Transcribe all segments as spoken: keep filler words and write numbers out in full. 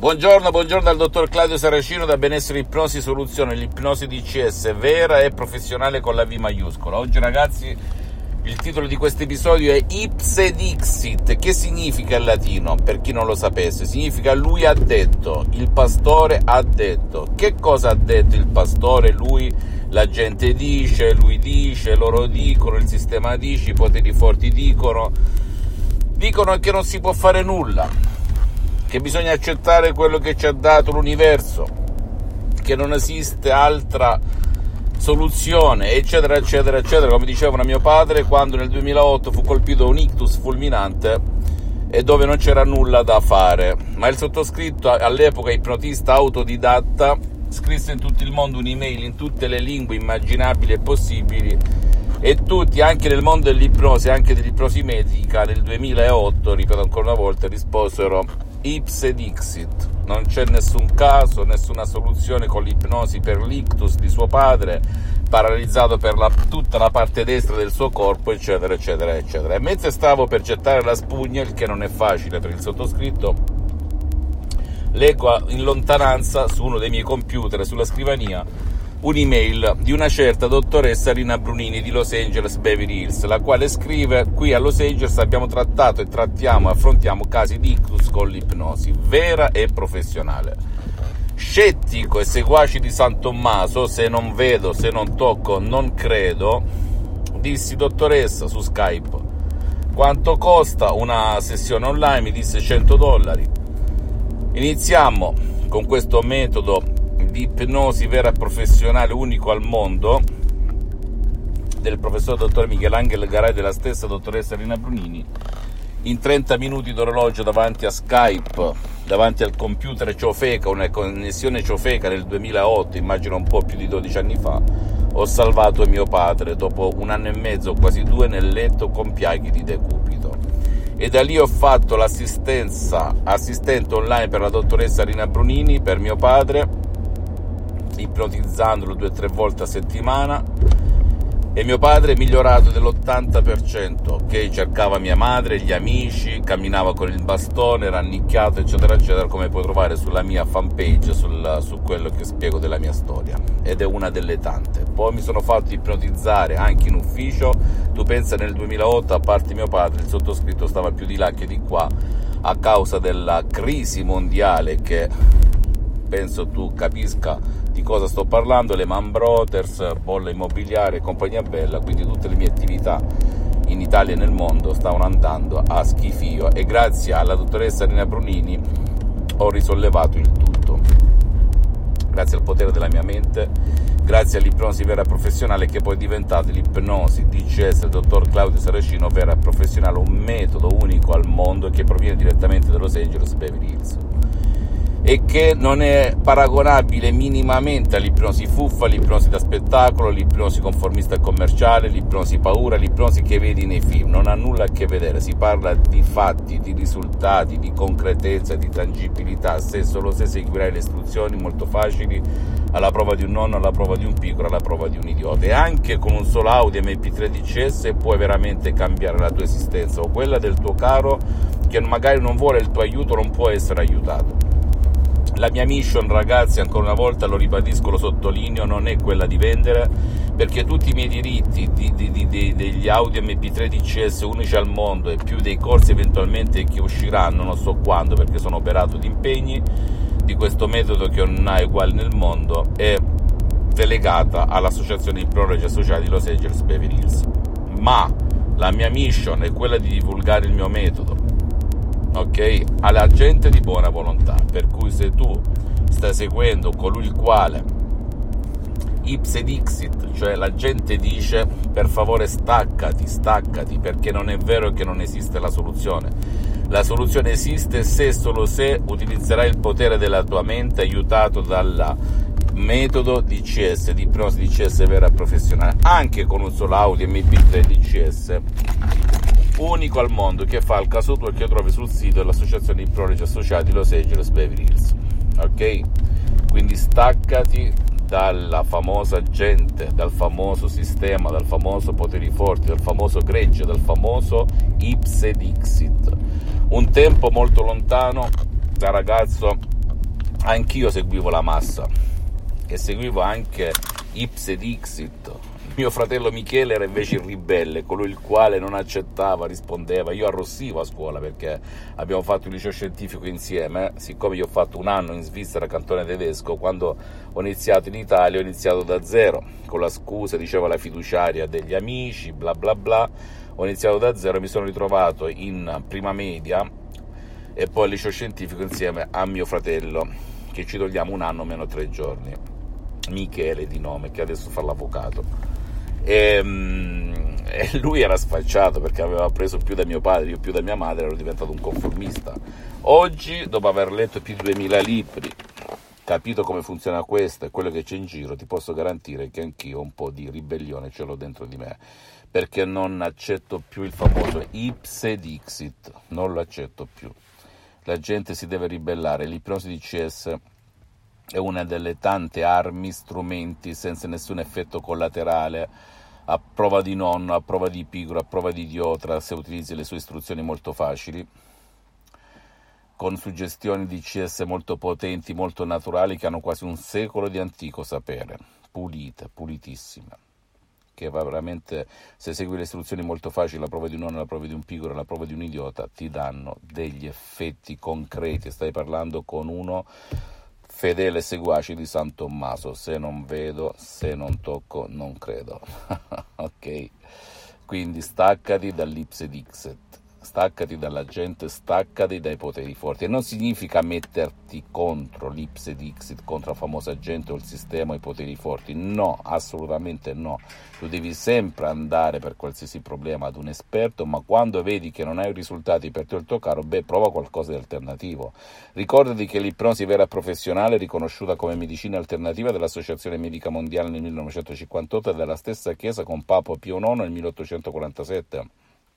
Buongiorno, buongiorno dal dottor Claudio Saracino da Benessere Ipnosi Soluzione, l'ipnosi D C S vera e professionale con la V maiuscola. Oggi ragazzi il titolo di questo episodio è Ipse Dixit. Che significa in latino? Per chi non lo sapesse, significa lui ha detto, il pastore ha detto. Che cosa ha detto il pastore? Lui, la gente dice, lui dice, loro dicono, il sistema dice, i poteri forti dicono, dicono che non si può fare nulla, che bisogna accettare quello che ci ha dato l'universo, che non esiste altra soluzione, eccetera, eccetera, eccetera, come diceva mio padre quando nel duemilaotto fu colpito da un ictus fulminante e dove non c'era nulla da fare. Ma il sottoscritto, all'epoca ipnotista autodidatta, scrisse in tutto il mondo un'email in tutte le lingue immaginabili e possibili, e tutti, anche nel mondo dell'ipnosi, anche dell'ipnosi medica, nel duemilaotto, ripeto ancora una volta, risposero Ipse Dixit. Non c'è nessun caso, nessuna soluzione con l'ipnosi per l'ictus di suo padre, paralizzato per la, tutta la parte destra del suo corpo, eccetera, eccetera, eccetera. E mentre stavo per gettare la spugna, il che non è facile per il sottoscritto, leggo in lontananza su uno dei miei computer, sulla scrivania, un'email di una certa dottoressa Rina Brunini di Los Angeles Beverly Hills, la quale scrive: qui a Los Angeles abbiamo trattato e trattiamo e affrontiamo casi di ictus con l'ipnosi vera e professionale. Scettico e seguace di San Tommaso, se non vedo, se non tocco, non credo, dissi: dottoressa, su Skype, quanto costa una sessione online? Mi disse cento dollari. Iniziamo con questo metodo di ipnosi vera e professionale unico al mondo del professor dottor Michelangelo Garai, della stessa dottoressa Rina Brunini, in trenta minuti d'orologio davanti a Skype, davanti al computer ciofeca, una connessione ciofeca nel duemilaotto, immagino un po' più di dodici anni fa, ho salvato mio padre dopo un anno e mezzo, quasi due, nel letto con piaghe di decupito. E da lì ho fatto l'assistenza assistente online per la dottoressa Rina Brunini per mio padre, ipnotizzandolo due o tre volte a settimana, e mio padre è migliorato dell'ottanta per cento, ok? Cercava mia madre, gli amici, camminava con il bastone, rannicchiato, eccetera, eccetera, come puoi trovare sulla mia fanpage, sul, su quello che spiego della mia storia, ed è una delle tante. Poi mi sono fatto ipnotizzare anche in ufficio. Tu pensa, nel duemilaotto, a parte mio padre, il sottoscritto stava più di là che di qua, a causa della crisi mondiale che penso tu capisca di cosa sto parlando, le Man Brothers, bolla immobiliare e compagnia bella, quindi tutte le mie attività in Italia e nel mondo stavano andando a schifio, e grazie alla dottoressa Rina Brunini ho risollevato il tutto, grazie al potere della mia mente, grazie all'ipnosi vera e professionale, che poi è diventata l'ipnosi D C S del dottor Claudio Saracino vera e professionale, un metodo unico al mondo che proviene direttamente da Los Angeles Beverly Hills, e che non è paragonabile minimamente all'ipnosi fuffa, l'ipnosi da spettacolo, l'ipnosi conformista e commerciale, l'ipnosi paura, l'ipnosi che vedi nei film. Non ha nulla a che vedere, si parla di fatti, di risultati, di concretezza, di tangibilità, se solo se seguirai le istruzioni molto facili, alla prova di un nonno, alla prova di un piccolo, alla prova di un idiota. E anche con un solo audio M P tre D C S puoi veramente cambiare la tua esistenza o quella del tuo caro che magari non vuole il tuo aiuto, non può essere aiutato. La mia mission, ragazzi, ancora una volta lo ribadisco, lo sottolineo, non è quella di vendere, perché tutti i miei diritti di, di, di, di, degli audio M P tre D C S unici al mondo, e più dei corsi eventualmente che usciranno, non so quando perché sono operato di impegni, di questo metodo che non ha uguali nel mondo, è delegata all'associazione Ipnologi Associati Los Angeles Beverly Hills. Ma la mia mission è quella di divulgare il mio metodo, ok, alla gente di buona volontà, per cui se tu stai seguendo colui il quale Ipse Dixit, cioè la gente dice, per favore staccati, staccati, perché non è vero che non esiste la soluzione. La soluzione esiste se solo se utilizzerai il potere della tua mente, aiutato dal metodo D C S, di ipnosi D C S vera e professionale, anche con un solo audio M P tre D C S unico al mondo, che fa il caso tuo e che trovi sul sito dell'associazione Ipnologi Associati Los Angeles Beverly Hills, ok? Quindi staccati dalla famosa gente, dal famoso sistema, dal famoso poteri forti, dal famoso gregge, dal famoso Ipse Dixit. Un tempo molto lontano, da ragazzo, anch'io seguivo la massa e seguivo anche Ipse Dixit. Mio fratello Michele era invece il ribelle, colui il quale non accettava, rispondeva. Io arrossivo a scuola perché abbiamo fatto il liceo scientifico insieme. Siccome io ho fatto un anno in Svizzera, cantone tedesco, quando ho iniziato in Italia ho iniziato da zero, con la scusa, diceva la fiduciaria, degli amici, bla bla bla. Ho iniziato da zero e mi sono ritrovato in prima media e poi al liceo scientifico insieme a mio fratello, che ci togliamo un anno meno tre giorni, Michele di nome, che adesso fa l'avvocato. E, e lui era sfacciato perché aveva preso più da mio padre, io più da mia madre, ero diventato un conformista. Oggi, dopo aver letto più di duemila libri, capito come funziona questo e quello che c'è in giro, ti posso garantire che anch'io un po' di ribellione ce l'ho dentro di me, perché non accetto più il famoso Ipse Dixit, non lo accetto più. La gente si deve ribellare. L'ipnosi di C S è una delle tante armi, strumenti senza nessun effetto collaterale, a prova di nonno, a prova di pigro, a prova di idiota, se utilizzi le sue istruzioni molto facili, con suggestioni di C S molto potenti, molto naturali, che hanno quasi un secolo di antico sapere, pulite, pulitissime, che va veramente, se segui le istruzioni molto facili, la prova di un nonno, la prova di un pigro, la prova di un idiota, ti danno degli effetti concreti. Stai parlando con uno fedele seguace di San Tommaso, se non vedo, se non tocco, non credo. Ok? Quindi staccati dall'Ipse Dixit, staccati dalla gente, staccati dai poteri forti. E non significa metterti contro l'Ipse Dixit, contro la famosa gente o il sistema o i poteri forti, no, assolutamente no. Tu devi sempre andare per qualsiasi problema ad un esperto, ma quando vedi che non hai risultati per te o il tuo caro, beh, prova qualcosa di alternativo. Ricordati che l'ipnosi vera e professionale è riconosciuta come medicina alternativa dall'Associazione Medica Mondiale nel millenovecentocinquantotto e dalla stessa Chiesa con Papa Pio nono nel milleottocentoquarantasette.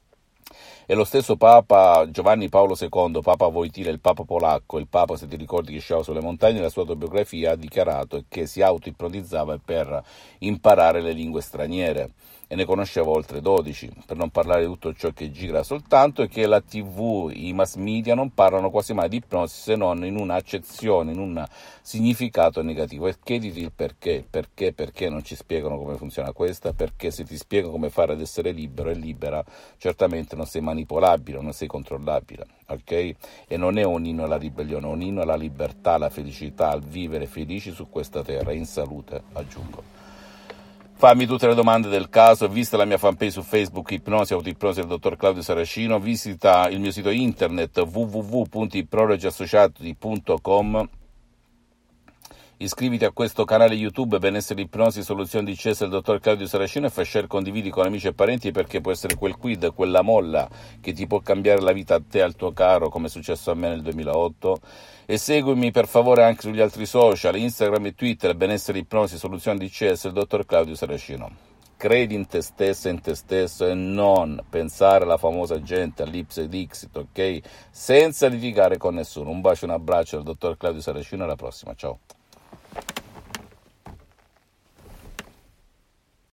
E lo stesso Papa Giovanni Paolo secondo, Papa Wojtyla, il Papa polacco, il Papa, se ti ricordi, che sciava sulle montagne, nella sua autobiografia ha dichiarato che si auto-ipnotizzava per imparare le lingue straniere e ne conosceva oltre dodici, per non parlare di tutto ciò che gira soltanto, e che la tivù, i mass media non parlano quasi mai di ipnosi se non in un'accezione, in un significato negativo. E chiediti il perché, perché, perché non ci spiegano come funziona questa, perché se ti spiegano come fare ad essere libero e libera, certamente non sei manipolabile, non sei controllabile, ok? E non è un inno alla ribellione, è un inno alla libertà, alla felicità, al vivere felici su questa terra, in salute, aggiungo. Fammi tutte le domande del caso, visita la mia fanpage su Facebook, Ipnosi, Autoipnosi del dottor Claudio Saracino, visita il mio sito internet w w w punto ipnologi associati punto com, iscriviti a questo canale YouTube Benessere Ipnosi, Soluzioni di C S del dottor Claudio Saracino e fai share, condividi con amici e parenti, perché può essere quel quid, quella molla che ti può cambiare la vita a te e al tuo caro, come è successo a me nel duemilaotto. E seguimi per favore anche sugli altri social, Instagram e Twitter, Benessere Ipnosi, Soluzioni di C S del dottor Claudio Saracino. Credi in te stesso e in te stesso e non pensare alla famosa gente, all'Ipse Dixit, ok? Senza litigare con nessuno. Un bacio e un abbraccio dal dottor Claudio Saracino, alla prossima, ciao.